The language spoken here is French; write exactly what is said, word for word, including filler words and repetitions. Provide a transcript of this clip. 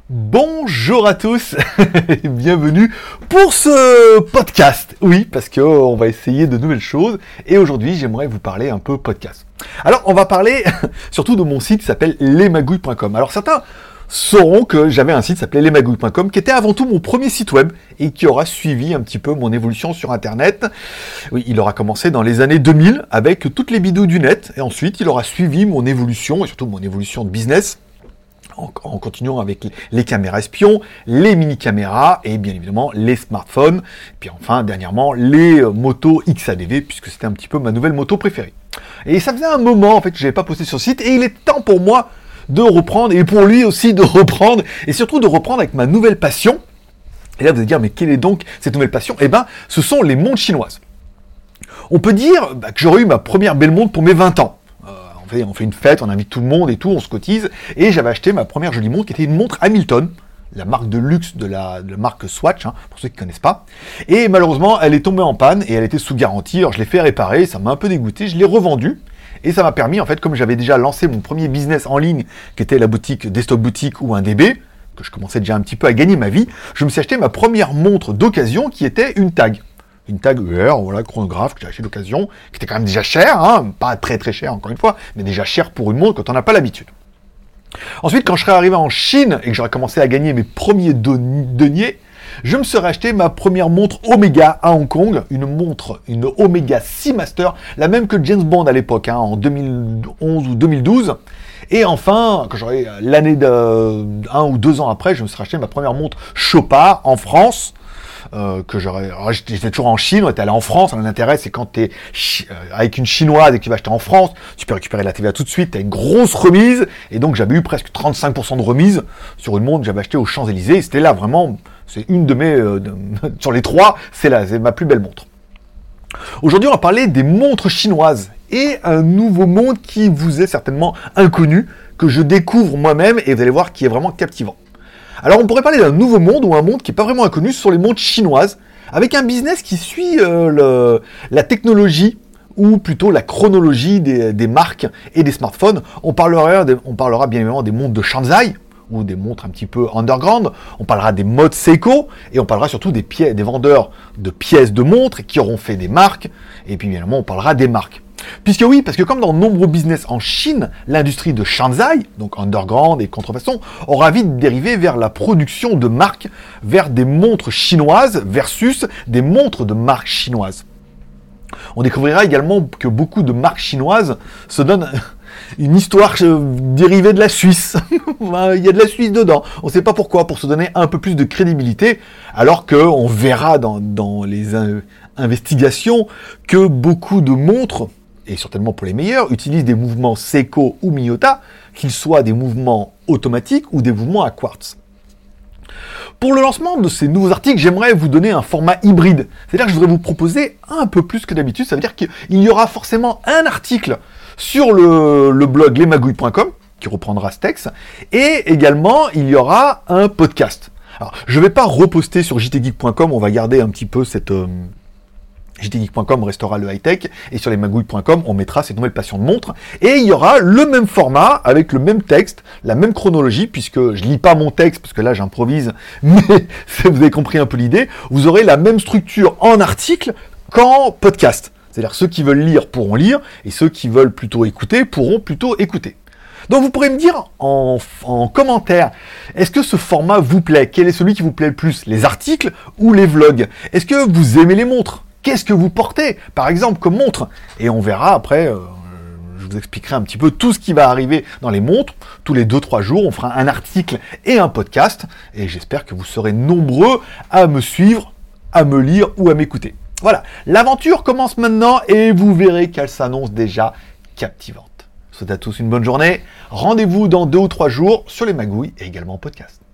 Bonjour à tous et bienvenue pour ce podcast. Oui, parce que on va essayer de nouvelles choses et aujourd'hui j'aimerais vous parler un peu podcast. Alors on va parler surtout de mon site qui s'appelle les magouilles point com. Alors certains sauront que j'avais un site qui s'appelait les magouilles point com qui était avant tout mon premier site web et qui aura suivi un petit peu mon évolution sur internet. Oui, il aura commencé dans les années deux mille avec toutes les bidouilles du net et ensuite il aura suivi mon évolution et surtout mon évolution de business. En, en continuant avec les caméras espions, les mini-caméras et bien évidemment les smartphones. Et puis enfin, dernièrement, les motos X A D V, puisque c'était un petit peu ma nouvelle moto préférée. Et ça faisait un moment en fait que je n'avais pas posté sur le site et il est temps pour moi de reprendre et pour lui aussi de reprendre et surtout de reprendre avec ma nouvelle passion. Et là vous allez dire, mais quelle est donc cette nouvelle passion ? Eh bien, ce sont les montres chinoises. On peut dire bah, que j'aurais eu ma première belle montre pour mes vingt ans. On fait une fête, on invite tout le monde et tout, on se cotise. Et j'avais acheté ma première jolie montre qui était une montre Hamilton, la marque de luxe de la, de la marque Swatch, hein, pour ceux qui ne connaissent pas. Et malheureusement, elle est tombée en panne et elle était sous garantie. Alors je l'ai fait réparer, ça m'a un peu dégoûté, je l'ai revendue. Et ça m'a permis, en fait, comme j'avais déjà lancé mon premier business en ligne, qui était la boutique Desktop Boutique ou un D B, que je commençais déjà un petit peu à gagner ma vie, je me suis acheté ma première montre d'occasion qui était une Tag. Une Tag E R, voilà, chronographe que j'ai acheté d'occasion, qui était quand même déjà cher, hein, pas très très cher encore une fois, mais déjà cher pour une montre quand on n'a pas l'habitude. Ensuite, quand je serais arrivé en Chine et que j'aurais commencé à gagner mes premiers deniers, je me serais acheté ma première montre Omega à Hong Kong, une montre, une Omega Seamaster, la même que James Bond à l'époque, hein, en deux mille onze ou deux mille douze. Et enfin, quand j'aurais l'année de un ou deux ans après, je me serais acheté ma première montre Chopard en France. Euh, que j'aurais, j'étais toujours en Chine, on était allé en France, l'intérêt c'est quand t'es chi- euh, avec une chinoise et que tu vas acheter en France, tu peux récupérer la T V A tout de suite, t'as une grosse remise, et donc j'avais eu presque trente-cinq pour cent de remise sur une montre que j'avais achetée aux Champs-Élysées, et c'était là vraiment, c'est une de mes, euh, de, sur les trois, c'est là, c'est ma plus belle montre. Aujourd'hui on va parler des montres chinoises, et un nouveau monde qui vous est certainement inconnu, que je découvre moi-même, et vous allez voir qui est vraiment captivant. Alors on pourrait parler d'un nouveau monde ou un monde qui n'est pas vraiment inconnu, ce sont les montres chinoises, avec un business qui suit euh, le, la technologie, ou plutôt la chronologie des, des marques et des smartphones. On parlera, de, on parlera bien évidemment des montres de Shanzai, ou des montres un petit peu underground, on parlera des modes Seiko, et on parlera surtout des, pièces, des vendeurs de pièces de montres qui auront fait des marques, et puis bien évidemment on parlera des marques. Puisque oui, parce que comme dans de nombreux business en Chine, l'industrie de Shanzai, donc underground et contrefaçon, aura vite dérivé vers la production de marques, vers des montres chinoises versus des montres de marques chinoises. On découvrira également que beaucoup de marques chinoises se donnent une histoire dérivée de la Suisse. Il y a de la Suisse dedans. On ne sait pas pourquoi, pour se donner un peu plus de crédibilité, alors qu'on verra dans, dans les euh, investigations que beaucoup de montres, et certainement pour les meilleurs, utilisent des mouvements Seiko ou Miyota, qu'ils soient des mouvements automatiques ou des mouvements à quartz. Pour le lancement de ces nouveaux articles, j'aimerais vous donner un format hybride. C'est-à-dire que je voudrais vous proposer un peu plus que d'habitude. Ça veut dire qu'il y aura forcément un article sur le, le blog les magouilles point com, qui reprendra ce texte, et également il y aura un podcast. Alors, je ne vais pas reposter sur j t geek point com, on va garder un petit peu cette... Euh, j t geek point com restera le high-tech, et sur les magouilles point com, on mettra cette nouvelle passion de montre, et il y aura le même format, avec le même texte, la même chronologie, puisque je lis pas mon texte, parce que là j'improvise, mais vous avez compris un peu l'idée, vous aurez la même structure en article qu'en podcast. C'est-à-dire ceux qui veulent lire pourront lire, et ceux qui veulent plutôt écouter pourront plutôt écouter. Donc vous pourrez me dire en, en commentaire, est-ce que ce format vous plaît ? Quel est celui qui vous plaît le plus ? Les articles ou les vlogs ? Est-ce que vous aimez les montres ? Qu'est-ce que vous portez, par exemple, comme montre ? Et on verra après, euh, je vous expliquerai un petit peu tout ce qui va arriver dans les montres. Tous les deux trois jours, on fera un article et un podcast. Et j'espère que vous serez nombreux à me suivre, à me lire ou à m'écouter. Voilà, l'aventure commence maintenant et vous verrez qu'elle s'annonce déjà captivante. Je vous souhaite à tous une bonne journée. Rendez-vous dans deux ou trois jours sur les magouilles et également en podcast.